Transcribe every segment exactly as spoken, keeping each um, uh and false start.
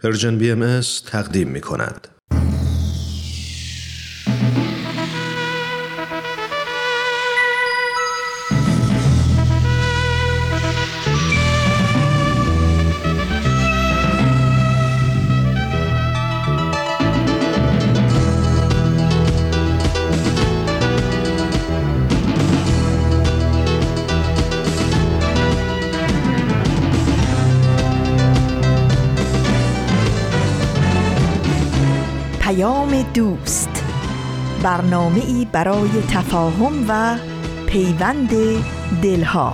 پرژن بی ام اس تقدیم می کند. دوست، برنامه‌ای برای تفاهم و پیوند دلها.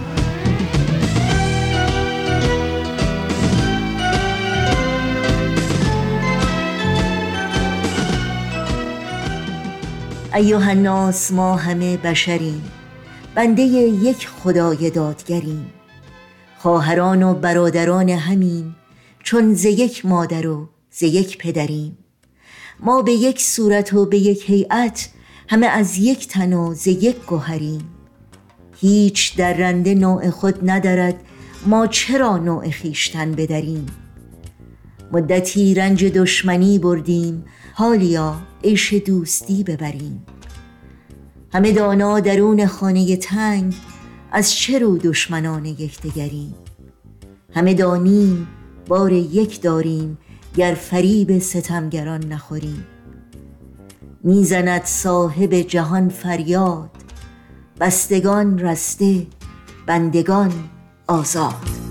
ایها الناس، ما همه بشریم، بنده یک خدای دادگریم، خواهران و برادران همیم، چون ز یک مادر و ز یک پدریم. ما به یک صورت و به یک هیئت، همه از یک تن و ز یک گوهریم. هیچ درنده نوع خود ندارد، ما چرا نوع خویشتن بدریم؟ مدتی رنج دشمنی بردیم، حالیا عیش دوستی ببریم. همه دانا درون خانه تنگ، از چه رو دشمنان یکدیگریم؟ همه دانیم بار یک داریم، گر فریب ستمگران نخوریم. میزند صاحب جهان فریاد، بستگان رسته بندگان آزاد.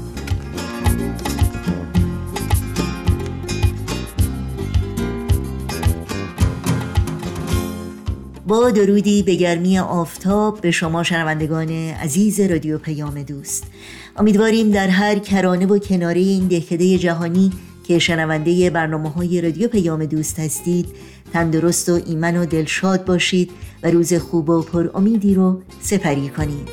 با درودی به گرمی آفتاب به شما شنوندگان عزیز رادیو پیام دوست، امیدواریم در هر کرانه و کناره این دهکده جهانی که شنونده برنامه‌های رادیو پیام دوست هستید تندرست و ایمن و دلشاد باشید و روز خوب و پر امیدی رو سپری کنید.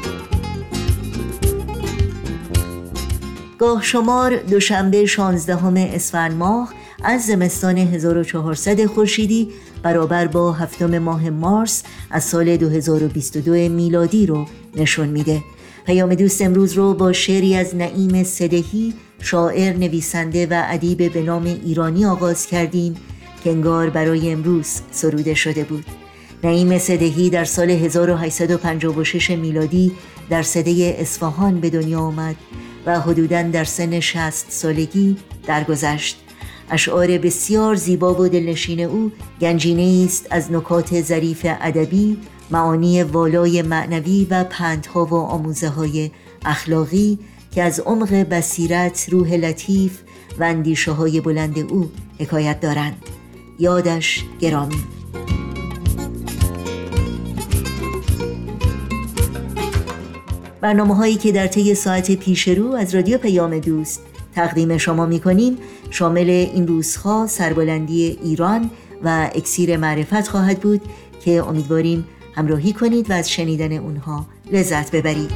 گاه شمار دوشنبه شانزدهم اسفند ماه از زمستان هزار و چهارصد خورشیدی برابر با هفتم ماه مارس از سال دو هزار و بیست و دو میلادی رو نشون میده. پیام دوست امروز رو با شعری از نعیم سدهی، شاعر، نویسنده و ادیب به نام ایرانی آغاز کردیم که انگار برای امروز سروده شده بود. نعیم سدهی در سال هزار و هشتصد و پنجاه و شش میلادی در سده اصفهان به دنیا آمد و حدوداً در سن شصت سالگی درگذشت. اشعار بسیار زیبا و دلنشین او گنجینه‌ای است از نکات ظریف ادبی، معانی والای معنوی و پندها و آموزه‌های اخلاقی که از عمق بصیرت، روح لطیف و اندیشه‌های بلند او حکایت دارند. یادش گرامی. برنامه‌هایی که در طی ساعت پیش رو از رادیو پیام دوست تقدیم شما می‌کنیم شامل این روزها سربلندی ایران و اکسیر معرفت خواهد بود که امیدواریم همراهی کنید و از شنیدن اونها لذت ببرید.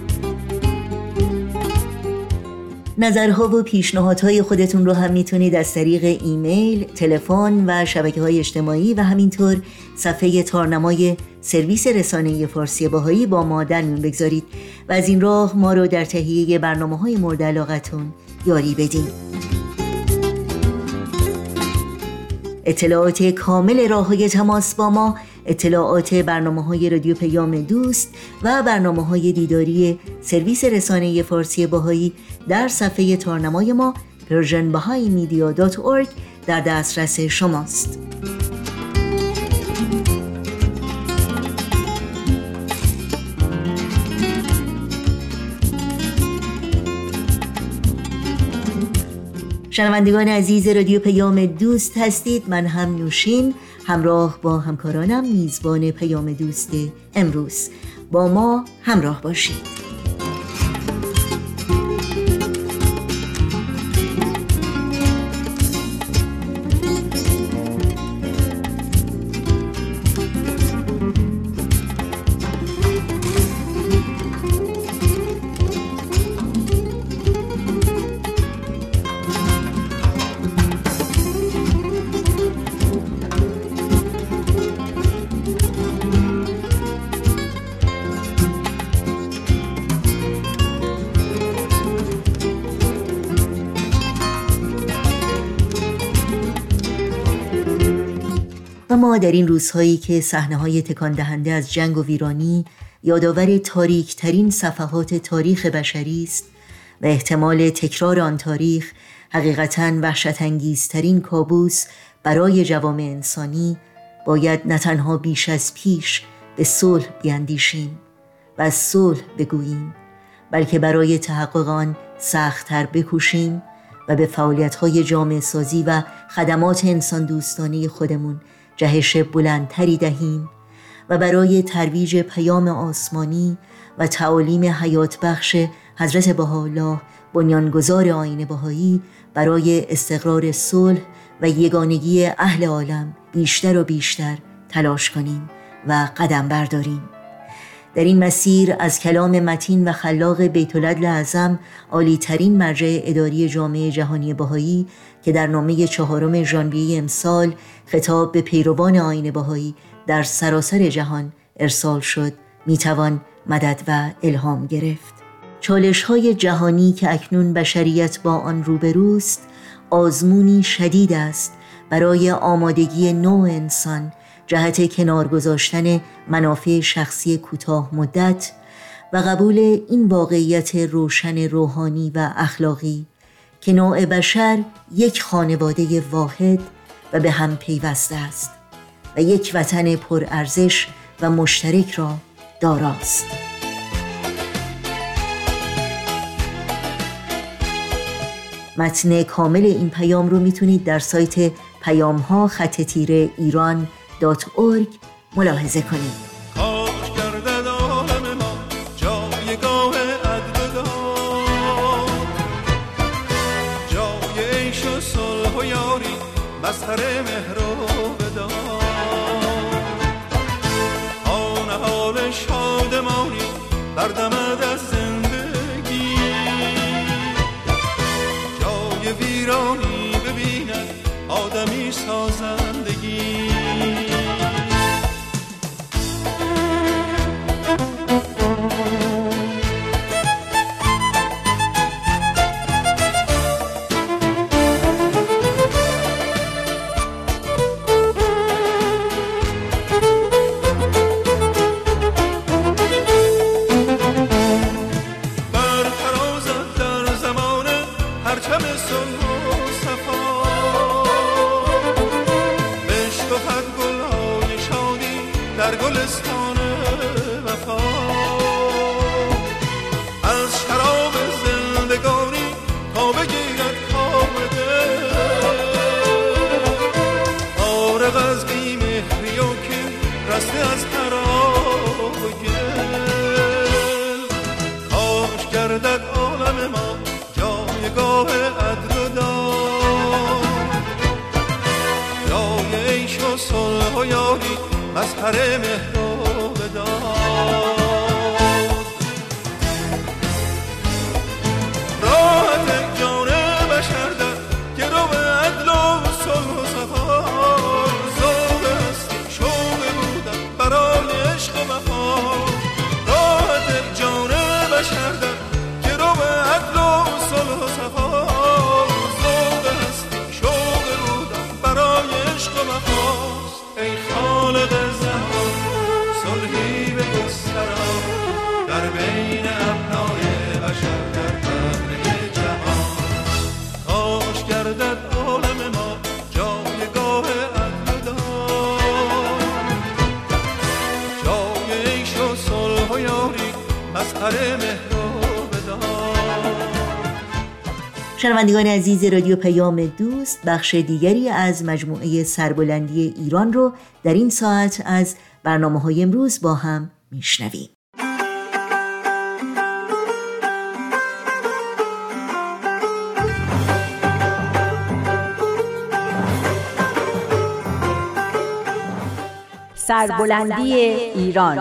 نظرها و پیشنهادهای خودتون رو هم میتونید از طریق ایمیل، تلفن و شبکه‌های اجتماعی و همینطور صفحه تارنمای سرویس رسانه فارسی بهایی با ما در میون بگذارید و از این راه ما رو در تهیه برنامه‌های مورد علاقتون یاری بدین. اطلاعات کامل راه‌های تماس با ما، اطلاعات برنامه‌های رادیو پیام دوست و برنامه‌های دیداری سرویس رسانه فارسی بهایی در صفحه تارنمای ما پرژن بهایی مدیا دات اورگ در دسترس شماست. شنوندگان عزیز رادیو پیام دوست هستید. من هم نوشین همراه با همکارانم میزبان پیام دوست امروز. با ما همراه باشید. و ما در این روزهایی که صحنه‌های تکان دهنده از جنگ و ویرانی یادآور تاریک ترین صفحات تاریخ بشری است و احتمال تکرار آن تاریخ حقیقتاً وحشت انگیزترین کابوس برای جوامع انسانی، باید نه تنها بیش از پیش به صلح بیندیشیم و از صلح بگوییم، بلکه برای تحقق آن سخت‌تر بکوشیم و به فعالیت‌های جامعه سازی و خدمات انسان دوستانه خودمون جهش بلندتری دهیم و برای ترویج پیام آسمانی و تعالیم حیات بخش حضرت بهاءالله بنیانگذار آیین بهایی برای استقرار صلح و یگانگی اهل عالم بیشتر و بیشتر تلاش کنیم و قدم برداریم. در این مسیر از کلام متین و خلاق بیت العدل اعظم، عالی ترین مرجع اداری جامعه جهانی بهایی که در نامه چهارم ژانویه امسال خطاب به پیروان آیین بهایی در سراسر جهان ارسال شد، میتوان مدد و الهام گرفت. چالش‌های جهانی که اکنون بشریت با آن روبروست آزمونی شدید است برای آمادگی نوع انسان جهت کنار گذاشتن منافع شخصی کوتاه مدت و قبول این واقعیت روشن روحانی و اخلاقی که نوع بشر یک خانواده واحد و به هم پیوسته است و یک وطن پرارزش و مشترک را داراست. متن کامل این پیام رو میتونید در سایت پیام‌ها خط تیره ایران دات اورگ ملاحظه کنید. خاک گردد عالم ما جایگاه عدل داد، جای عیش و صلح و یاری مظهر مهر و وداد، آن حال شادمانی بردمد از زندگی، جای ویرانی ببیند آدمی سازندگی. مظهر مهر و وداد، راحت جان بشر در گرو عدل و صلح و صفا، ذوق هستی شوق بودن برای عشق و وفا، راحت جان بشر در گرو عدل و صلح و صفا، ذوق هستی شوق بودن برای عشق و وفا. ای خالق زمان صلحی به گستران در بین ابنای بشر در پهنه جهان، کاش گردد عالم ما جایگاه عدل داد، جای عیش و صلح و یاری مظهر مهر و وداد. شنوندگان عزیز رادیو پیام دوست، بخش دیگری از مجموعه سربلندی ایران رو در این ساعت از برنامه‌های امروز با هم میشنویم. سربلندی ایران.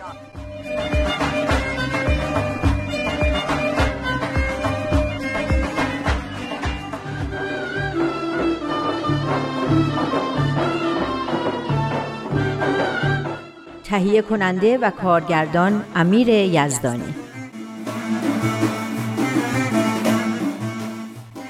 تهیه کننده و کارگردان امیر یزدانی.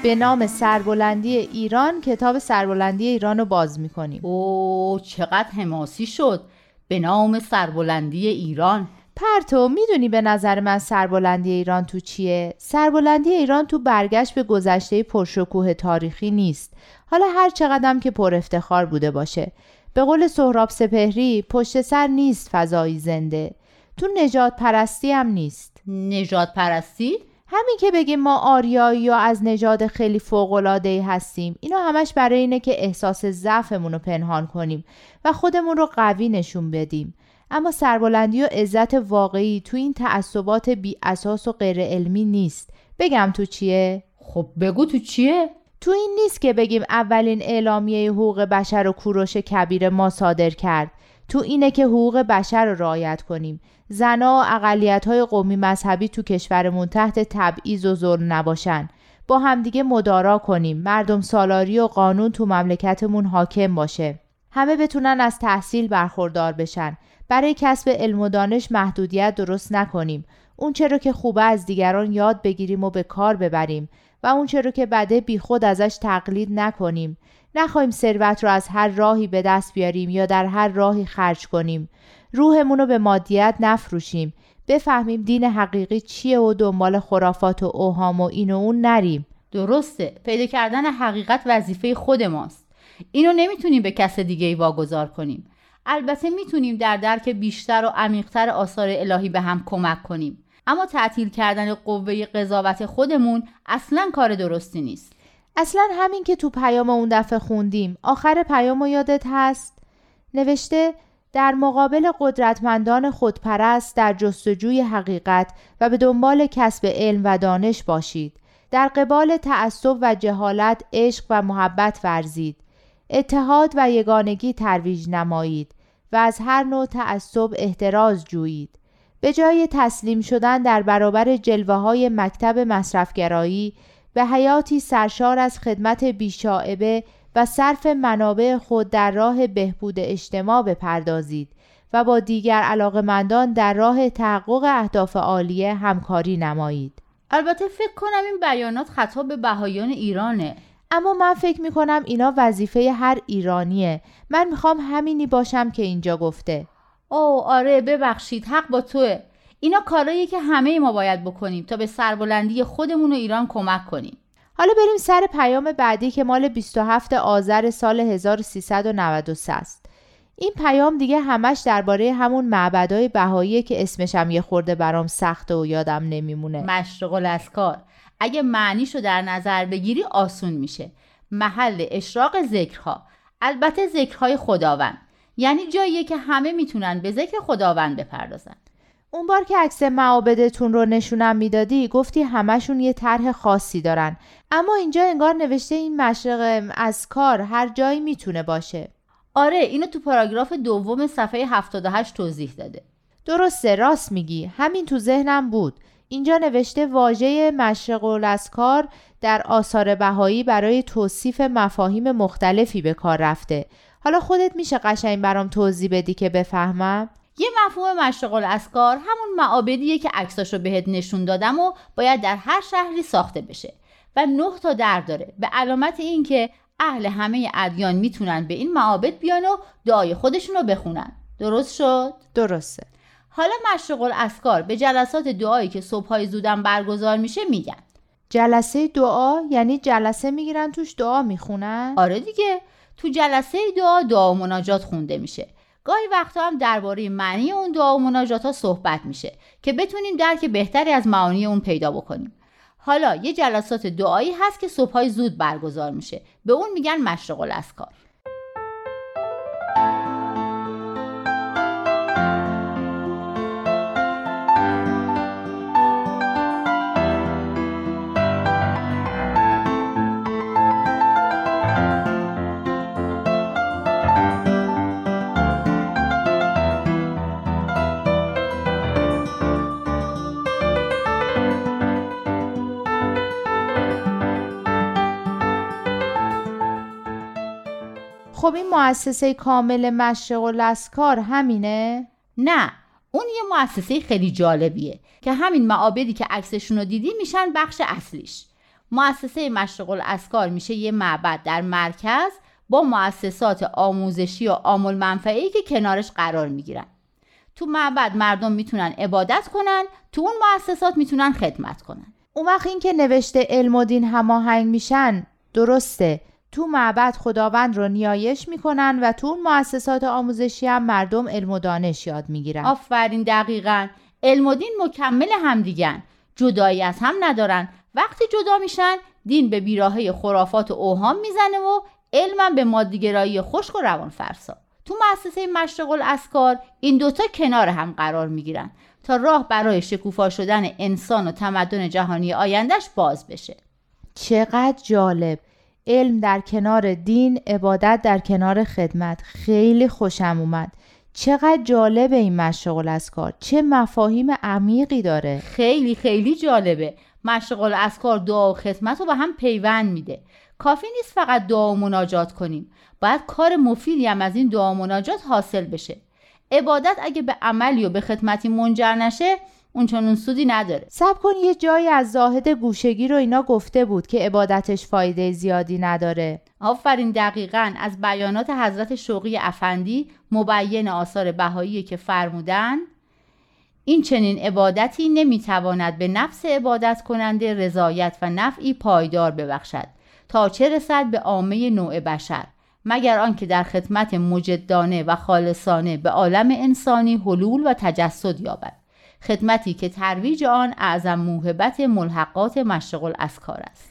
به نام سربلندی ایران کتاب سربلندی ایران رو باز میکنیم. اوه چقدر حماسی شد. به نام سربلندی ایران. پرتو میدونی به نظر من سربلندی ایران تو چیه؟ سربلندی ایران تو برگشت به گذشته پرشکوه تاریخی نیست. حالا هر چقدرم که پر افتخار بوده باشه. به قول سهراب سپهری پشت سر نیست فضایی زنده. تو نژاد پرستی هم نیست. نژاد پرستی؟ همین که بگیم ما آریایی یا از نژاد خیلی فوق‌العاده‌ای هستیم، اینا همش برای اینه که احساس ضعفمون رو پنهان کنیم و خودمون رو قوی نشون بدیم. اما سربلندی و عزت واقعی تو این تعصبات بی اساس و غیر علمی نیست. بگم تو چیه؟ خب بگو تو چیه؟ تو این نیست که بگیم اولین اعلامیه حقوق بشر و کوروش کبیر ما صادر کرد. تو اینه که حقوق بشر رو رعایت کنیم. زنا و اقلیت‌های قومی مذهبی تو کشورمون تحت تبعیض و ظلم نباشن. با همدیگه مدارا کنیم. مردم سالاری و قانون تو مملکتمون حاکم باشه. همه بتونن از تحصیل برخوردار بشن. برای کسب علم و دانش محدودیت درست نکنیم. اون چرا که خوبه از دیگران یاد بگیریم و به کار ببریم و اون چرا که بده بی خود ازش تقلید نکنیم. نخواهیم ثروت رو از هر راهی به دست بیاریم یا در هر راهی خرج کنیم. روحمون رو به مادیت نفروشیم. بفهمیم دین حقیقی چیه و دنبال خرافات و اوهام و این و اون نریم. درسته. پیدا کردن حقیقت وظیفه خود ماست. اینو نمیتونیم به کس دیگه‌ای واگذار کنیم. البته میتونیم در درک بیشتر و عمیق‌تر آثار الهی به هم کمک کنیم. اما تعطیل کردن قوه قضاوت خودمون اصلاً کار درستی نیست. اصلاً همین که تو پیام اون دفعه خوندیم. آخر پیامو یادت هست؟ نوشته در مقابل قدرتمندان خودپرست در جستجوی حقیقت و به دنبال کسب علم و دانش باشید. در قبال تعصب و جهالت عشق و محبت ورزید. اتحاد و یگانگی ترویج نمایید و از هر نوع تعصب احتراز جویید. به جای تسلیم شدن در برابر جلوه‌های مکتب مصرفگرایی به حیاتی سرشار از خدمت بیشائبه و صرف منابع خود در راه بهبود اجتماع بپردازید و با دیگر علاقمندان در راه تحقق اهداف عالیه همکاری نمایید. البته فکر کنم این بیانات خطاب به بهائیان ایرانه. اما من فکر میکنم اینا وظیفه هر ایرانیه. من میخوام همینی باشم که اینجا گفته. اوه آره ببخشید، حق با توه. اینا کارهاییه که همه ما باید بکنیم تا به سربلندی خودمون و ایران کمک کنیم. حالا بریم سر پیام بعدی که مال بیست و هفتم آذر سال هزار و سیصد و نود و سه است. این پیام دیگه همش درباره همون معبدای بهاییه که اسمش هم یه خورده برام سخته و یادم نمیمونه. مشرق الاسکار. اگه معنیشو در نظر بگیری آسون میشه. محل اشراق ذکرها. البته ذکرهای خداوند. یعنی جاییه که همه میتونن به ذکر خداوند بپردازن. اون بار که عکس معابدتون رو نشونم میدادی گفتی همشون یه طرح خاصی دارن. اما اینجا انگار نوشته این مشرق الاسکار هر جایی میتونه باشه. آره اینو تو پاراگراف دوم صفحه هفتاد و هشت توضیح داده. درسته، راست میگی. همین تو ذهنم بود. اینجا نوشته واژه مشرق الاسکار در آثار بهایی برای توصیف مفاهیم مختلفی به کار رفته. حالا خودت میشه قشنگ برام توضیح بدی که بفهمم؟ یه مفهوم مشرق الاسکار همون معابدیه که عکساشو بهت نشون دادم و باید در هر شهری ساخته بشه و نه تا در داره، به علامت این که اهل همه ادیان میتونن به این معابد بیان و دعای خودشون رو بخونن. درست شد؟ درسته. حالا مشرق الاسکار به جلسات دعایی که صبحای زودن برگزار میشه میگن. جلسه دعا یعنی جلسه میگیرن توش دعا میخونن؟ آره دیگه، تو جلسه دعا دعا و مناجات خونده میشه. گاهی وقتا هم درباره معنی اون دعا و مناجات ها صحبت میشه که بتونیم درک بهتری از معانی اون پیدا بکنیم. حالا یه جلسات دعایی هست که صبحای زود برگزار میشه، به اون میگن مشرق الاسکار. خب این مؤسسه کامل مشرق الاسکار همینه؟ نه، اون یه مؤسسه خیلی جالبیه که همین معابدی که عکسشون رو دیدی میشن بخش اصلیش. مؤسسه مشرق الاسکار میشه یه معبد در مرکز با مؤسسات آموزشی و عام المنفعه‌ای که کنارش قرار میگیرن. تو معبد مردم میتونن عبادت کنن، تو اون مؤسسات میتونن خدمت کنن. اون وقت این که نوشته علم و دین هماهنگ میشن درسته. تو معبد خداوند رو نیایش میکنن و تو اون مؤسسات آموزشی هم مردم علم و دانش یاد میگیرن. آفرین، دقیقاً. علم و دین مکمل همدیگن، جدایی از هم ندارن. وقتی جدا میشن دین به بیراهه خرافات و اوهام میزنه و علمم به مادیگرایی خشک و روانفرسا. تو مؤسسه مشرق الاسکار این دوتا کنار هم قرار میگیرن تا راه برای شکوفا شدن انسان و تمدن جهانی آیندهش باز بشه. چقدر جالب. علم در کنار دین، عبادت در کنار خدمت. خیلی خوشم اومد. چقدر جالبه این مشرق الاسکار. چه مفاهیم عمیقی داره. خیلی خیلی جالبه. مشرق الاسکار دعا و خدمت رو به هم پیوند میده. کافی نیست فقط دعا و مناجات کنیم. باید کار مفیدی هم از این دعا و مناجات حاصل بشه. عبادت اگه به عملی و به خدمتی منجر نشه اون چنون سودی نداره. صبر کن، یه جایی از زاهد گوشگی رو اینا گفته بود که عبادتش فایده زیادی نداره. آفرین، دقیقاً. از بیانات حضرت شوقی افندی مبین آثار بهایی که فرمودن این چنین عبادتی نمیتواند به نفس عبادت کننده رضایت و نفعی پایدار ببخشد تا چه رسد به عامه نوع بشر، مگر آنکه در خدمت مجدانه و خالصانه به عالم انسانی حلول و تجسد یابد. خدمتی که ترویج آن اعظم موهبت ملحقات مشرق الاسکار است.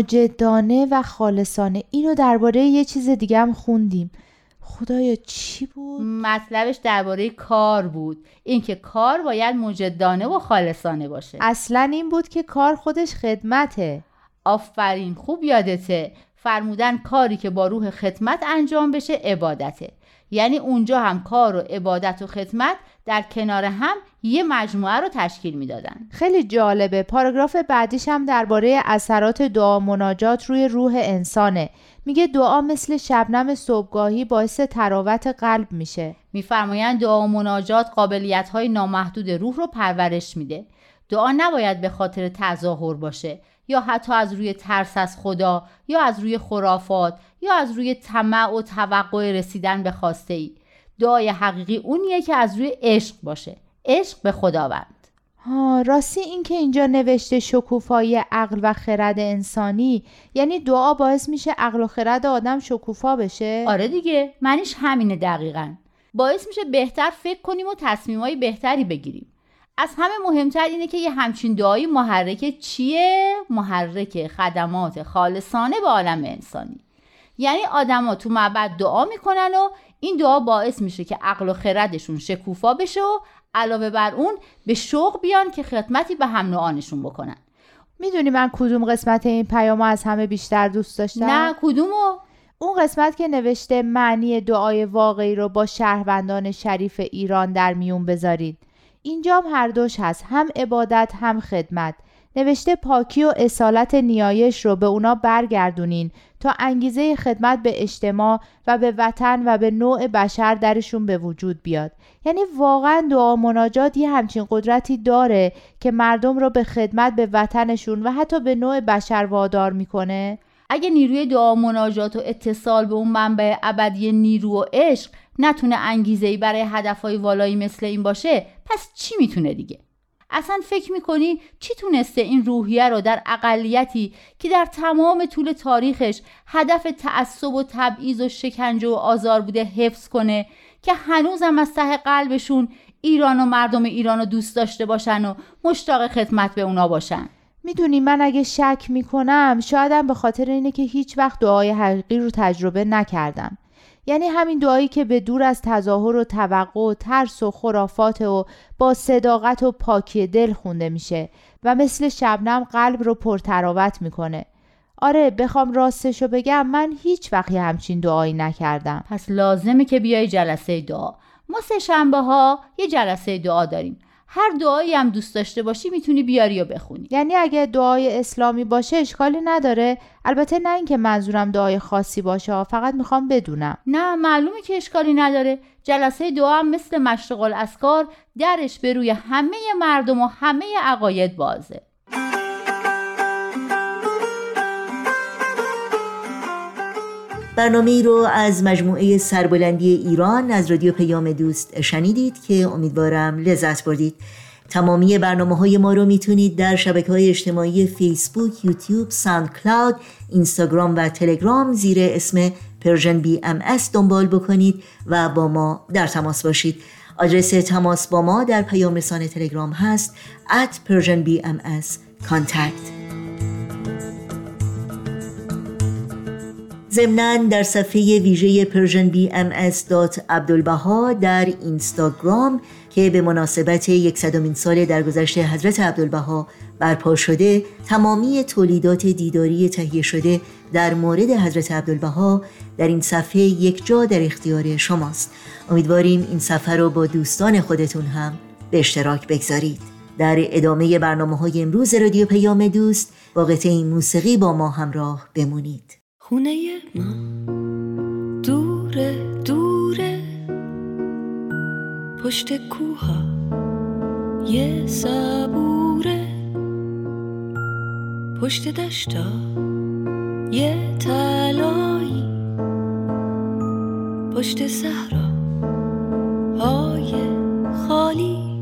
مجدانه و خالصانه، اینو درباره یه چیز دیگه هم خوندیم. خدایا چی بود؟ مطلبش درباره کار بود. اینکه کار باید مجدانه و خالصانه باشه. اصلا این بود که کار خودش خدمته. آفرین، خوب یادته. فرمودن کاری که با روح خدمت انجام بشه عبادته. یعنی اونجا هم کار و عبادت و خدمت در کنار هم یه مجموعه رو تشکیل میدادن. خیلی جالبه. پاراگراف بعدیش هم درباره اثرات دعا مناجات روی روح انسانه. میگه دعا مثل شبنم صبحگاهی باعث تراوت قلب میشه. میفرمایند دعا و مناجات قابلیت‌های نامحدود روح رو پرورش میده. دعا نباید به خاطر تظاهر باشه یا حتی از روی ترس از خدا یا از روی خرافات یا از روی طمع و توقع رسیدن به خواسته ای. دعای حقیقی اونیه که از روی عشق باشه، عشق به خداوند. ها، راستی این که اینجا نوشته شکوفایی عقل و خرد انسانی، یعنی دعا باعث میشه عقل و خرد آدم شکوفا بشه؟ آره دیگه، معنیش همینه دقیقاً. باعث میشه بهتر فکر کنیم و تصمیمای بهتری بگیریم. از همه مهمتر اینه که یه همچین دعایی محرک چیه؟ محرک خدمات خالصانه به عالم انسانی. یعنی آدما تو معبد دعا میکنن و این دعا باعث میشه که عقل و خردشون شکوفا بشه و علاوه بر اون به شوق بیان که خدمتی به هم نوعانشون بکنن. میدونی من کدوم قسمت این پیامو از همه بیشتر دوست داشتم؟ نه، کدومو؟ اون قسمت که نوشته معنی دعای واقعی رو با شهروندان شریف ایران در میون بذارید. اینجا هم هر دوش هست، هم عبادت هم خدمت. نوشته پاکی و اصالت نیایش رو به اونا برگردونین تا انگیزه خدمت به اجتماع و به وطن و به نوع بشر درشون به وجود بیاد. یعنی واقعا دعا مناجات یه همچین قدرتی داره که مردم رو به خدمت به وطنشون و حتی به نوع بشر وادار میکنه. اگه نیروی دعا مناجات و اتصال به اون منبع ابدی نیرو و عشق نتونه انگیزه‌ای برای هدفهای والایی مثل این باشه، پس چی میتونه دیگه؟ اصلا فکر میکنی چی تونسته این روحیه رو در اقلیتی که در تمام طول تاریخش هدف تعصب و تبعیض و شکنجه و آزار بوده حفظ کنه که هنوزم از ته قلبشون ایران و مردم ایران رو دوست داشته باشن و مشتاق خدمت به اونا باشن؟ میدونی من اگه شک میکنم شایدم به خاطر اینه که هیچ وقت دعای حقیقی رو تجربه نکردم. یعنی همین دعایی که به دور از تظاهر و توقع و ترس و خرافات و با صداقت و پاکی دل خونده میشه و مثل شبنم قلب رو پرتراوت میکنه. آره بخوام راستشو بگم من هیچ وقت همچین دعایی نکردم. پس لازمه که بیای جلسه دعا. ما سه شنبه ها یه جلسه دعا داریم. هر دعایی هم دوست داشته باشی میتونی بیاری و بخونی. یعنی اگه دعای اسلامی باشه اشکالی نداره؟ البته نه اینکه منظورم دعای خاصی باشه، فقط میخوام بدونم. نه، معلومه که اشکالی نداره. جلسه دعا هم مثل مشرق الاسکار درش به روی همه مردم و همه عقاید بازه. برنامه ای رو از مجموعه سربلندی ایران از رادیو پیام دوست شنیدید که امیدوارم لذت بردید. تمامی برنامه‌های ما رو میتونید در شبکه‌های اجتماعی فیسبوک، یوتیوب، ساوند کلاود، اینستاگرام و تلگرام زیر اسم پرژن بی ام اس دنبال بکنید و با ما در تماس باشید. آدرس تماس با ما در پیام رسان تلگرام هست ات پرژن بی ام اس کانتکت. ضمناً در صفحه ویژه پرژن بی ام اس دات عبدالبها در اینستاگرام که به مناسبت یکصدمین سال درگذشت حضرت عبدالبها برپا شده، تمامی تولیدات دیداری تهیه شده در مورد حضرت عبدالبها در این صفحه یک جا در اختیار شماست. امیدواریم این صفحه رو با دوستان خودتون هم به اشتراک بگذارید. در ادامه برنامه‌های امروز رادیو پیام دوست با قطعه موسیقی با ما همراه بمونید. خونه ما دوره دوره، پشت کوها یه صبوره، پشت دشتا یه تلایی، پشت صحرا های خالی.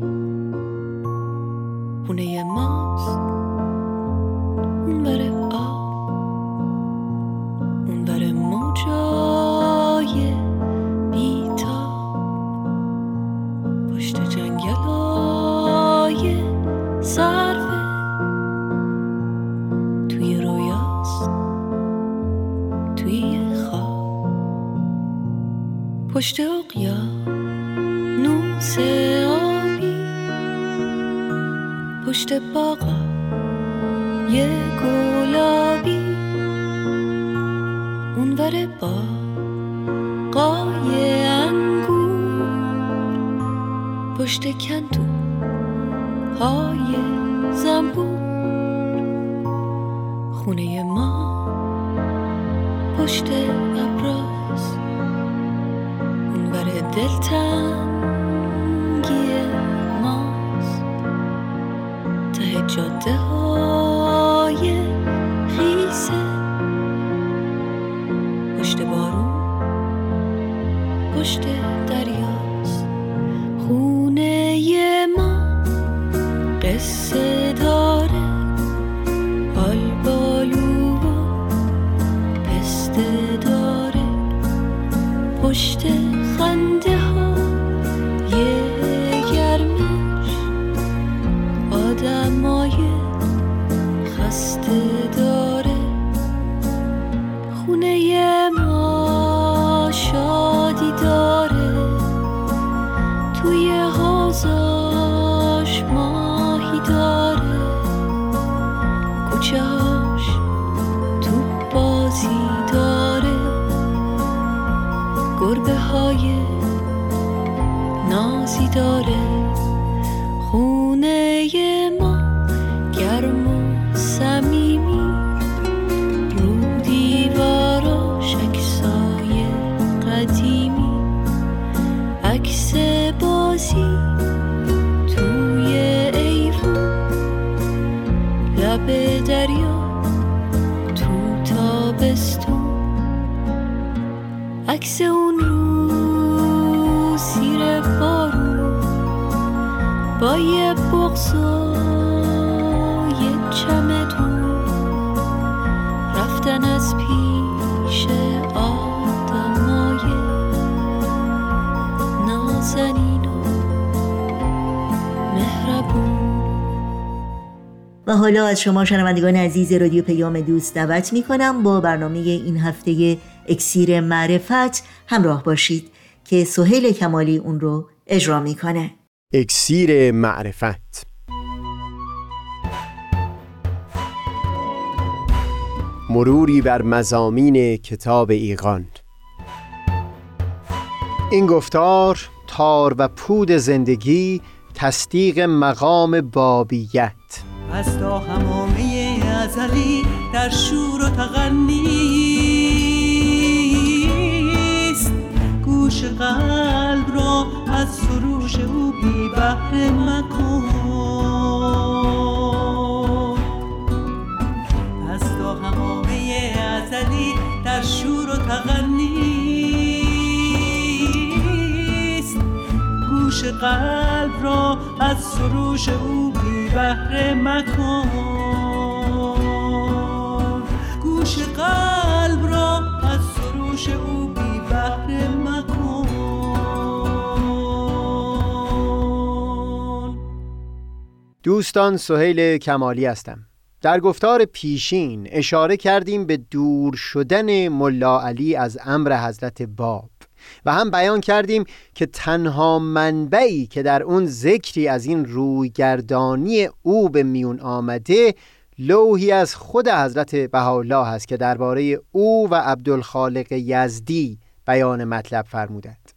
خونه ماست اون بره آب، اون بره موجای بیتاب، پشت جنگل های سرفه، توی رویاست توی خواب، پشت اقیانوس آبی، پشت باغا یه گلابی، اون ور باغای انگور، پشت کندو های زنبور. خونه ما پشت ابراز، اون ور دلتنگی ماست، ته جاده های خیسه، پشت بارون پشت دریاست. خونه ما قصه داره، حال بالو و پسته داره، پشت خنده ها یه گرمش، آدمای خسته داره. خونه ما شادی داره، توی حوضاش ماهی داره، کوچه هاش توپ بازی داره، گربه های نازی داره. خونه ما گرم و صمیمی، رو دیواراش عکسای قدیمی، عکس بازی توی ایوون، لب دریا تو تابستون، عکس اون رو زیر بارون با یه بغض و یه چمدون، رفتن از پیش آدمای نازنین و مهربون. و حالا از شما شنوندگان عزیز رادیو پیام دوست دعوت می کنم با برنامه این هفته اکسیر معرفت همراه باشید که سهیل کمالی اون رو اجرا می کنه. اکسیر معرفت. مروری بر مضامین کتاب ایقان. این گفتار تار و پود زندگی، تصدیق مقام بابیت. از تا همامه ازلی در شور و تغنیست، گوش قلب را از سروش او بی بهره مکن. از تا همامه ازلی در شور و تغنیست، گوش قلب را از سروش او بی بهره مکن، گوش قلب را از سروش او بی بهره مکن. دوستان، سهیل کمالی هستم. در گفتار پیشین اشاره کردیم به دور شدن ملا علی از امر حضرت باب و هم بیان کردیم که تنها منبعی که در اون ذکری از این رویگردانی او به میون آمده لوحی از خود حضرت بهاءالله هست که درباره او و عبدالخالق یزدی بیان مطلب فرمودند.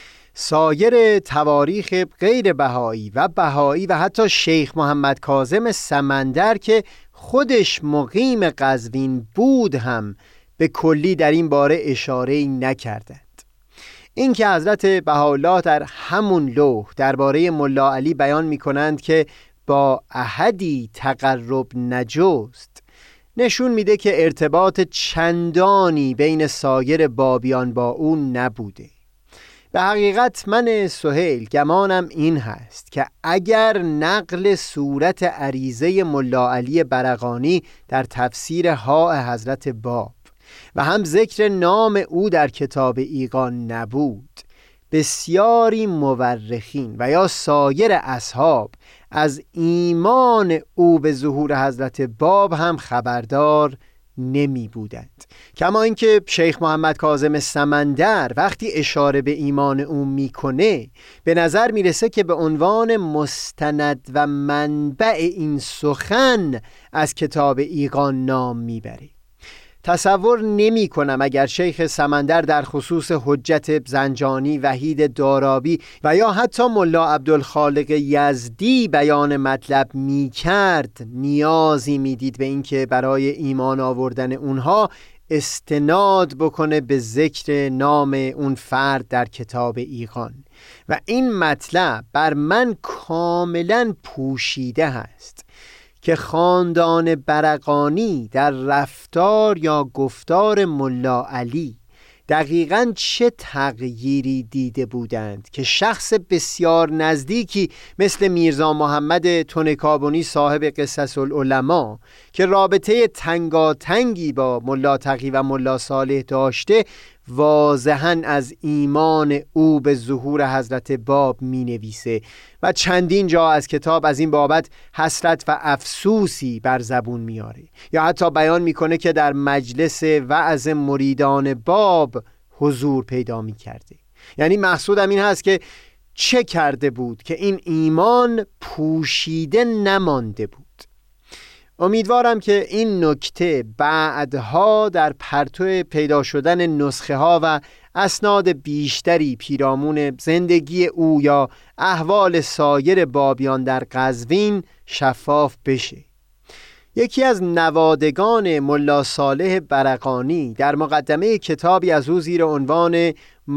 سایر تواریخ غیر بهایی و بهایی و حتی شیخ محمد کاظم سمندر که خودش مقیم قزوین بود هم به کلی در این باره اشاره نکردند. این که حضرت بهاءالله در همون لوح درباره ملا علی بیان می کنند که با احدی تقرب نجست نشون میده که ارتباط چندانی بین سایر بابیان با او نبوده. به حقیقت من سهیل گمانم این هست که اگر نقل صورت عریضه ملا علی برقانی در تفسیر ها حضرت باب و هم ذکر نام او در کتاب ایقان نبود، بسیاری مورخین و یا سایر اصحاب از ایمان او به ظهور حضرت باب هم خبردار نمی بودند. کما اینکه شیخ محمد کاظم سمندر وقتی اشاره به ایمان او میکنه به نظر میرسه که به عنوان مستند و منبع این سخن از کتاب ایقان نام میبره. تصور نمی کنم اگر شیخ سمندر در خصوص حجت زنجانی، وحید دارابی و یا حتی ملا عبدالخالق یزدی بیان مطلب می کرد نیازی می دید به این که برای ایمان آوردن اونها استناد بکنه به ذکر نام اون فرد در کتاب ایقان و این مطلب بر من کاملا پوشیده هست که خاندان برقانی در رفتار یا گفتار ملا علی دقیقاً چه تغییری دیده بودند که شخص بسیار نزدیکی مثل میرزا محمد تنکابنی صاحب قصص العلماء که رابطه تنگاتنگی با ملا تقی و ملا صالح داشته واضحاً از ایمان او به ظهور حضرت باب می نویسه و چندین جا از کتاب از این بابت حسرت و افسوسی بر زبون میاره یا حتی بیان میکنه که در مجلس وعظ مریدان باب حضور پیدا می کرده. یعنی مقصودم این هست که چه کرده بود که این ایمان پوشیده نمانده بود. امیدوارم که این نکته بعدها در پرتو پیدا شدن نسخه ها و اسناد بیشتری پیرامون زندگی او یا احوال سایر بابیان در قزوین شفاف بشه. یکی از نوادگان ملا صالح برقانی در مقدمه کتابی از او زیر عنوان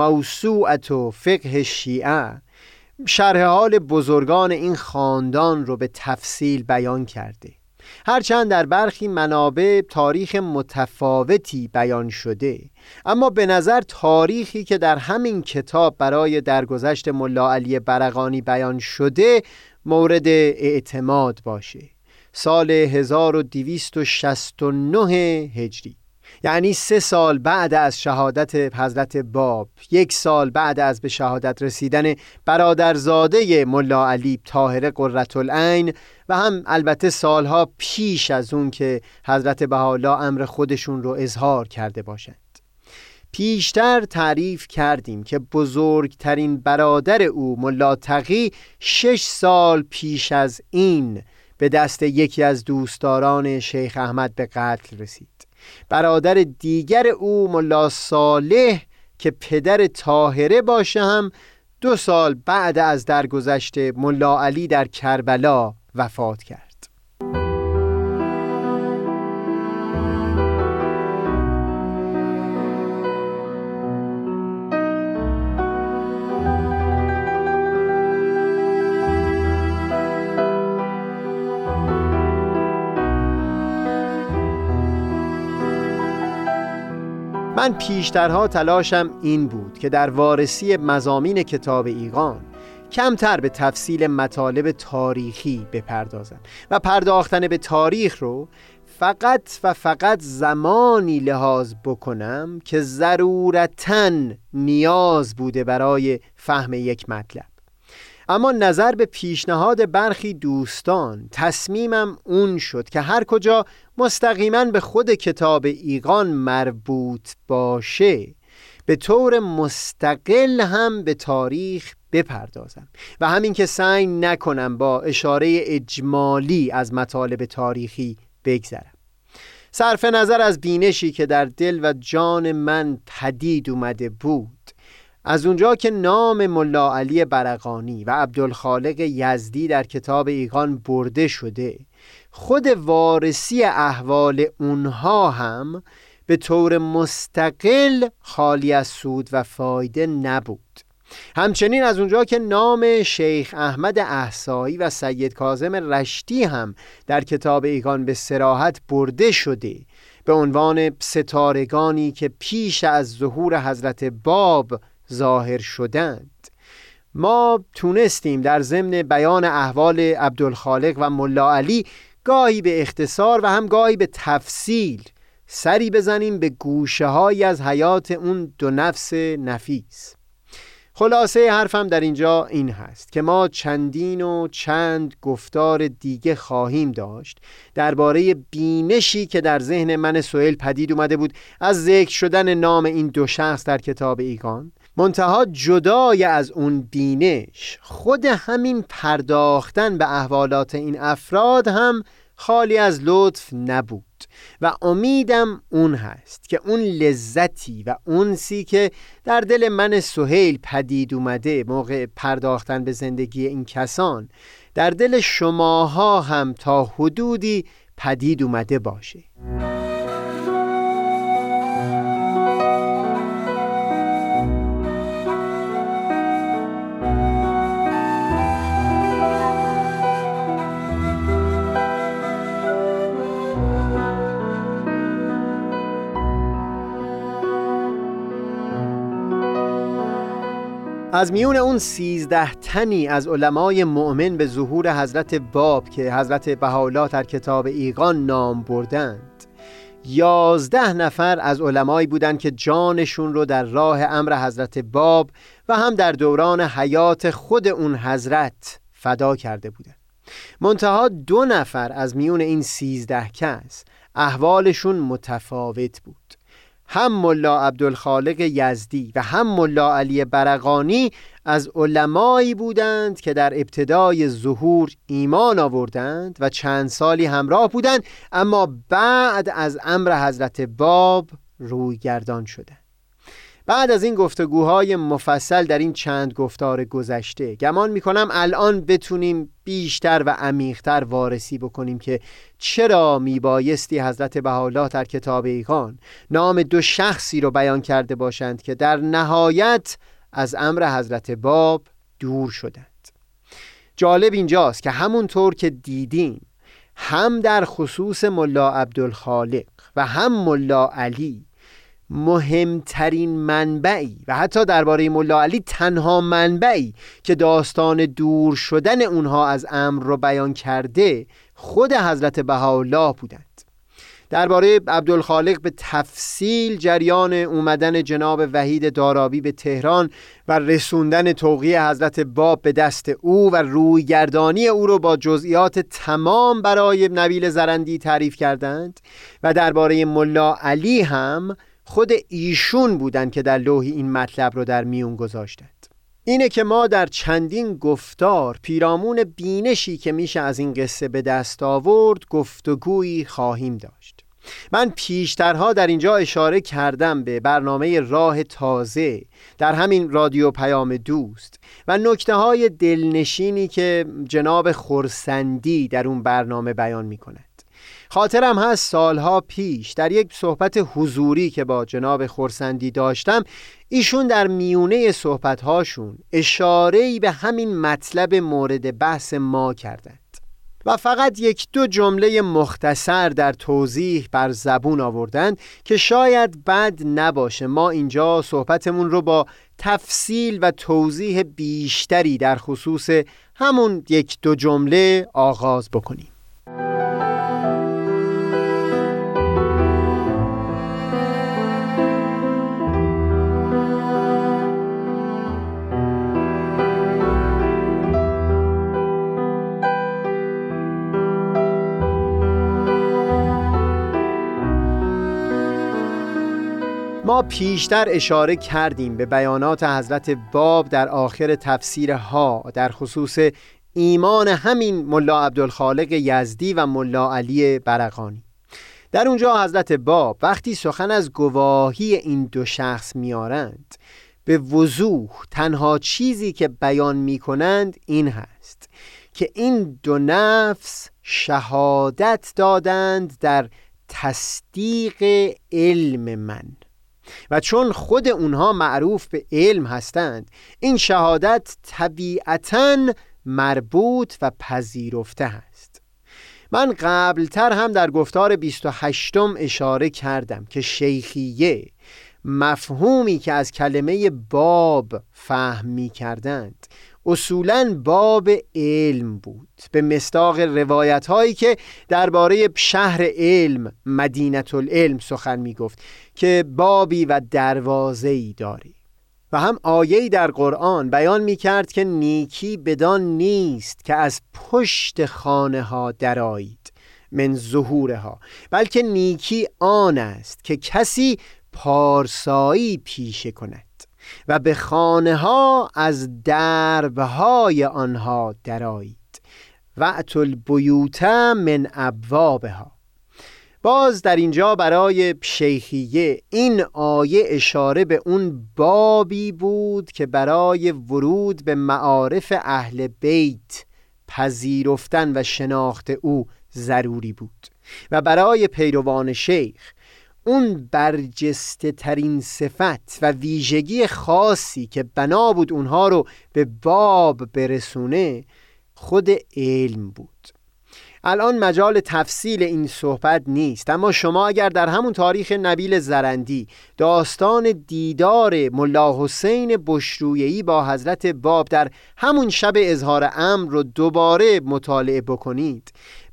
موسوعة فقه شیعه شرح حال بزرگان این خاندان رو به تفصیل بیان کرده. هرچند در برخی منابع تاریخ متفاوتی بیان شده، اما به نظر تاریخی که در همین کتاب برای درگذشت ملا علی برقانی بیان شده مورد اعتماد باشه. سال هزار و دویست و شصت و نه هجری، یعنی سه سال بعد از شهادت حضرت باب، یک سال بعد از به شهادت رسیدن برادرزاده ملا علی طاهر قرةالعین و هم البته سالها پیش از اون که حضرت بهاءالله امر خودشون رو اظهار کرده باشند. پیشتر تعریف کردیم که بزرگترین برادر او ملا تقی شش سال پیش از این به دست یکی از دوستداران شیخ احمد به قتل رسید. برادر دیگر او ملا صالح که پدر طاهره باشه هم دو سال بعد از درگذشت ملا علی در کربلا وفات کرد. من پیشترها تلاشم این بود که در وارسی مضامین کتاب ایقان کمتر به تفصیل مطالب تاریخی بپردازم و پرداختن به تاریخ رو فقط و فقط زمانی لحاظ بکنم که ضرورتاً نیاز بوده برای فهم یک مطلب. اما نظر به پیشنهاد برخی دوستان تصمیمم اون شد که هر کجا مستقیما به خود کتاب ایقان مربوط باشه به طور مستقل هم به تاریخ بپردازم و همین که سعی نکنم با اشاره اجمالی از مطالب تاریخی بگذرم. صرف نظر از بینشی که در دل و جان من پدید اومده بود، از اونجا که نام ملا علی برقانی و عبدالخالق یزدی در کتاب ایقان برده شده، خود وارسی احوال اونها هم به طور مستقل خالی از سود و فایده نبود. همچنین از اونجا که نام شیخ احمد احصایی و سید کاظم رشتی هم در کتاب ایقان به صراحت برده شده به عنوان ستارگانی که پیش از ظهور حضرت باب ظاهر شدند، ما تونستیم در ضمن بیان احوال عبدالخالق و ملا علی گاهی به اختصار و هم گاهی به تفصیل سری بزنیم به گوشه هایی از حیات اون دو نفس نفیس. خلاصه حرفم در اینجا این هست که ما چندین و چند گفتار دیگه خواهیم داشت درباره بینشی که در ذهن من سهیل پدید اومده بود از ذکر شدن نام این دو شخص در کتاب ایقان. منتها جدای از اون بینش، خود همین پرداختن به احوالات این افراد هم خالی از لطف نبود و امیدم اون هست که اون لذتی و اونسی که در دل من سهیل پدید اومده موقع پرداختن به زندگی این کسان در دل شماها هم تا حدودی پدید اومده باشه. از میون اون سیزده تنی از علمای مؤمن به ظهور حضرت باب که حضرت بهاءالله در کتاب ایقان نام بردند، یازده نفر از علمایی بودند که جانشون رو در راه امر حضرت باب و هم در دوران حیات خود اون حضرت فدا کرده بودند. منتها دو نفر از میون این سیزده کس احوالشون متفاوت بود. هم ملا عبدالخالق یزدی و هم ملا علی برقانی از علمایی بودند که در ابتدای ظهور ایمان آوردند و چند سالی همراه بودند، اما بعد از امر حضرت باب روی گردان شدند. بعد از این گفتگوهای مفصل در این چند گفتار گذشته، گمان میکنم الان بتونیم بیشتر و عمیق‌تر وارسی بکنیم که چرا میبایستی حضرت بهاءالله در کتاب ایقان نام دو شخصی رو بیان کرده باشند که در نهایت از امر حضرت باب دور شدند. جالب اینجاست که همونطور که دیدیم هم در خصوص ملا عبدالخالق و هم ملا علی مهمترین منبعی و حتی درباره ملا علی تنها منبعی که داستان دور شدن اونها از امر رو بیان کرده خود حضرت بهاءالله بودند. درباره عبدالخالق به تفصیل جریان اومدن جناب وحید دارابی به تهران و رسوندن توقیع حضرت باب به دست او و رویگردانی او رو با جزئیات تمام برای نبیل زرندی تعریف کردند و درباره ملا علی هم خود ایشون بودند که در لوح این مطلب رو در میون گذاشتند. اینه که ما در چندین گفتار پیرامون بینشی که میشه از این قصه به دست آورد گفتگویی خواهیم داشت. من پیشترها در اینجا اشاره کردم به برنامه راه تازه در همین رادیو پیام دوست و نکته های دلنشینی که جناب خرسندی در اون برنامه بیان میکنند. خاطرم هست سالها پیش در یک صحبت حضوری که با جناب خرسندی داشتم، ایشون در میونه صحبتهاشون اشاره‌ای به همین مطلب مورد بحث ما کردند. و فقط یک دو جمله مختصر در توضیح بر زبون آوردند که شاید بد نباشه ما اینجا صحبتمون رو با تفصیل و توضیح بیشتری در خصوص همون یک دو جمله آغاز بکنیم. ما پیشتر اشاره کردیم به بیانات حضرت باب در آخر تفسیر ها در خصوص ایمان همین ملا عبدالخالق یزدی و ملا علی برقانی. در اونجا حضرت باب وقتی سخن از گواهی این دو شخص میارند به وضوح تنها چیزی که بیان میکنند این هست که این دو نفس شهادت دادند در تصدیق علم من و چون خود اونها معروف به علم هستند این شهادت طبیعتاً مربوط و پذیرفته هست. من قبلتر هم در گفتار بیست و هشتم اشاره کردم که شیخیه مفهومی که از کلمه باب فهم می کردند اصولاً باب علم بود، به مصداق روایت هایی که درباره شهر علم مدینه العلم سخن می گفت که بابی و دروازه‌ای داره. و هم آیه‌ای در قرآن بیان می کرد که نیکی بدان نیست که از پشت خانه ها درآیید من ظهورها، بلکه نیکی آن است که کسی پارسایی پیشه کند و به خانه ها از دربهای آنها درآیید وأتوا البیوت من ابوابها. باز در اینجا برای شیخیه این آیه اشاره به اون بابی بود که برای ورود به معارف اهل بیت پذیرفتن و شناخت او ضروری بود و برای پیروان شیخ اون برجسته ترین صفت و ویژگی خاصی که بنا بود اونها رو به باب برسونه خود علم بود. الان مجال تفصیل این صحبت نیست، اما شما اگر در همون تاریخ نبیل زرندی داستان دیدار ملا حسین بشرویه‌ای با حضرت باب در همون شب اظهار امر رو دوباره مطالعه بکنید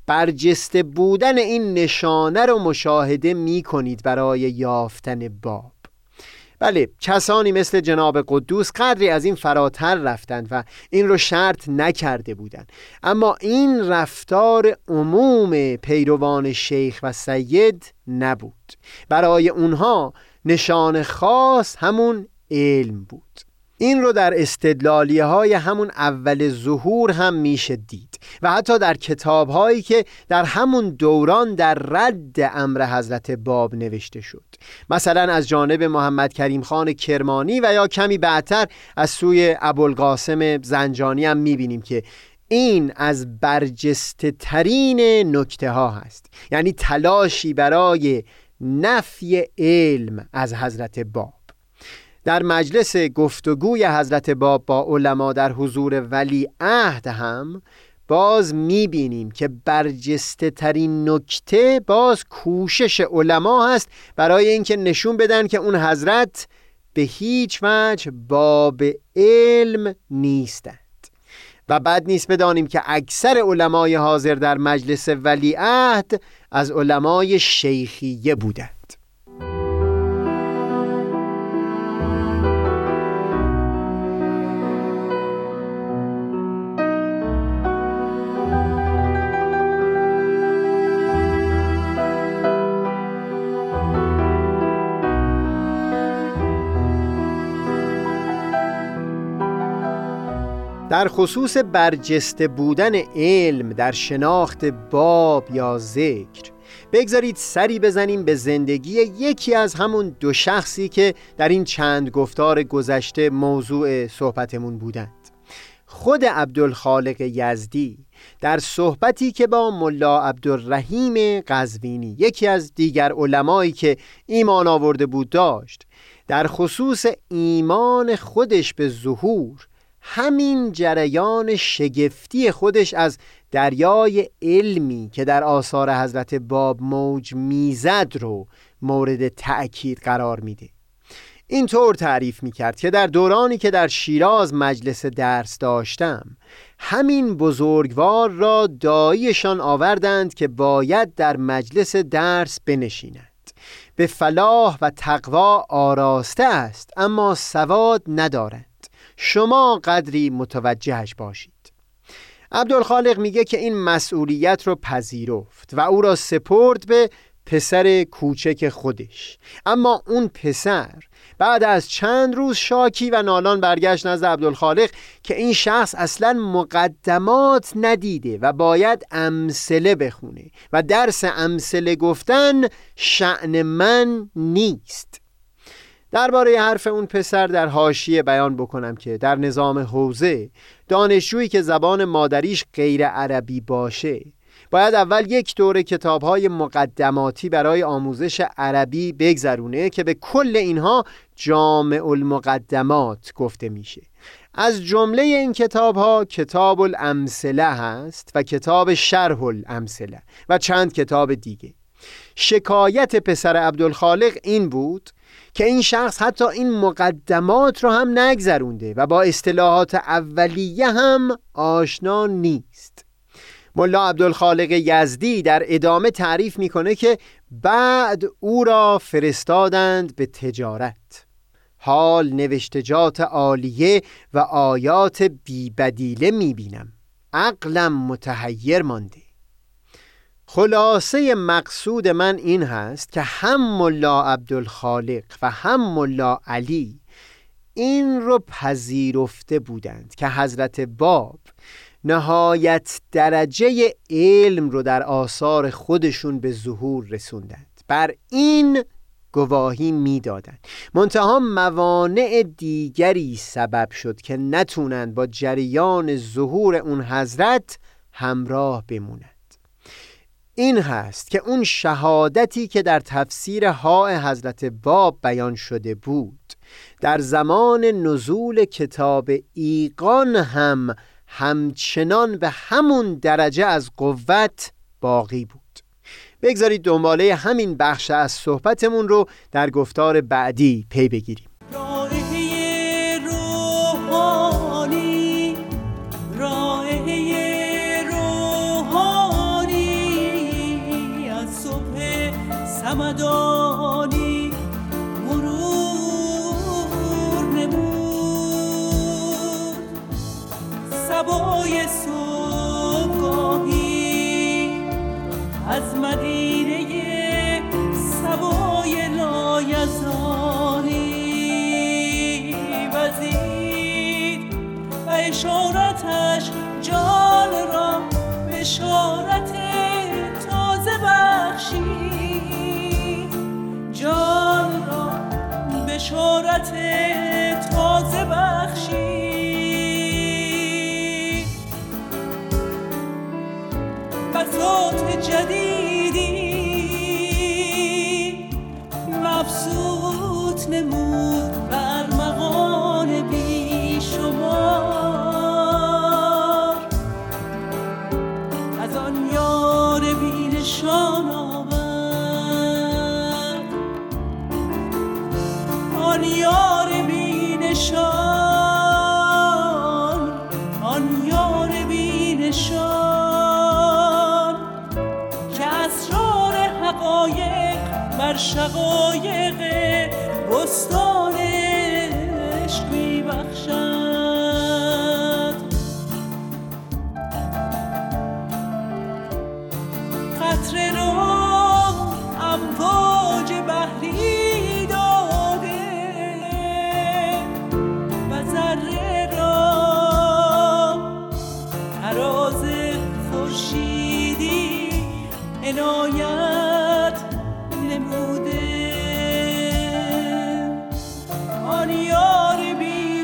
برجسته بودن این نشانه رو مشاهده می کنید برای یافتن باب. بله، کسانی مثل جناب قدوس قدری از این فراتر رفتند و این رو شرط نکرده بودند، اما این رفتار عموم پیروان شیخ و سید نبود. برای اونها نشان خاص همون علم بود. این رو در استدلالیه های همون اول ظهور هم میشه دید و حتی در کتاب هایی که در همون دوران در رد امر حضرت باب نوشته شد، مثلا از جانب محمد کریم خان کرمانی و یا کمی بعدتر از سوی ابوالقاسم زنجانی هم میبینیم که این از برجسته ترین نکته ها هست، یعنی تلاشی برای نفی علم از حضرت باب. در مجلس گفتگوی حضرت باب با علما در حضور ولی عهد هم باز میبینیم که برجسته ترین نکته باز کوشش علما هست برای اینکه نشون بدن که اون حضرت به هیچ وجه باب علم نیستند. و بد نیست بدانیم که اکثر علمای حاضر در مجلس ولی عهد از علمای شیخیه بودند. در خصوص برجسته بودن علم در شناخت باب یا ذکر بگذارید سری بزنیم به زندگی یکی از همون دو شخصی که در این چند گفتار گذشته موضوع صحبتمون بودند. خود عبدالخالق یزدی در صحبتی که با ملا عبدالرحیم قزوینی یکی از دیگر علمایی که ایمان آورده بود داشت، در خصوص ایمان خودش به ظهور همین جریان شگفتی خودش از دریای علمی که در آثار حضرت باب موج میزد رو مورد تأکید قرار میده. این طور تعریف میکرد که در دورانی که در شیراز مجلس درس داشتم، همین بزرگوار را داییشان آوردند که باید در مجلس درس بنشیند. به فلاح و تقوا آراسته است اما سواد ندارد، شما قدری متوجهش باشید. عبدالخالق میگه که این مسئولیت رو پذیرفت و او را سپرد به پسر کوچک خودش. اما اون پسر بعد از چند روز شاکی و نالان برگشت نزد عبدالخالق که این شخص اصلا مقدمات ندیده و باید امثله بخونه و درس امثله گفتن شأن من نیست. درباره حرف اون پسر در حاشیه بیان بکنم که در نظام حوزه دانشجویی که زبان مادریش غیر عربی باشه باید اول یک دوره کتاب‌های مقدماتی برای آموزش عربی بگذرونه که به کل اینها جامع المقدمات گفته میشه. از جمله این کتاب‌ها کتاب الامثله هست و کتاب شرح الامثله و چند کتاب دیگه. شکایت پسر عبدالخالق این بود که این شخص حتی این مقدمات رو هم نگذرونده و با اصطلاحات اولیه هم آشنا نیست. ملا عبدالخالق یزدی در ادامه تعریف میکنه که بعد او را فرستادند به تجارت. حال نوشتجات عالیه و آیات بی‌بدیله میبینم، عقلم متحیر مانده. خلاصه مقصود من این هست که هم ملا عبدالخالق و هم ملا علی این رو پذیرفته بودند که حضرت باب نهایت درجه علم رو در آثار خودشون به ظهور رسوندند. بر این گواهی میدادند. منتها موانع دیگری سبب شد که نتونند با جریان ظهور اون حضرت همراه بمونند. این هست که اون شهادتی که در تفسیر های حضرت باب بیان شده بود در زمان نزول کتاب ایقان هم همچنان به همون درجه از قوت باقی بود. بگذارید دنباله همین بخش از صحبتمون رو در گفتار بعدی پی بگیریم. رائحه روحانی، رائحه روحانی از صبح صمدانی مرور نمود، صبای صبحگاهی از مدینه صبای لایزانی وزید و اشارتش جان را بشارت تازه بخشید، جان را بشارت تازه بخشید. بساط جدیدی مبسوط نمود بر مغان بی شمار، از آن یار بی نشان آورد، آن یار بی نشان، آن یار بی نشان که اسرار حقایق بر شقایق بستان عشق می‌بخشد. قطره را امواج بحری داده و ذره را تراز خورشیدی عنایت نموده. آن یار بی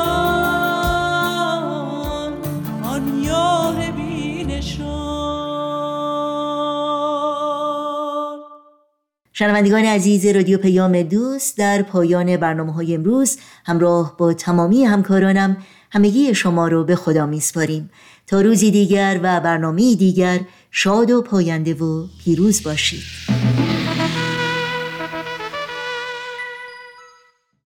نشان، آن یار بی نشان. شنوندگان عزیز رادیو پیام دوست، در پایان برنامه‌های امروز همراه با تمامی همکارانم همگی شما رو به خدا میسپاریم. تا روزی دیگر و برنامه‌ای دیگر شاد و پاینده و پیروز باشید.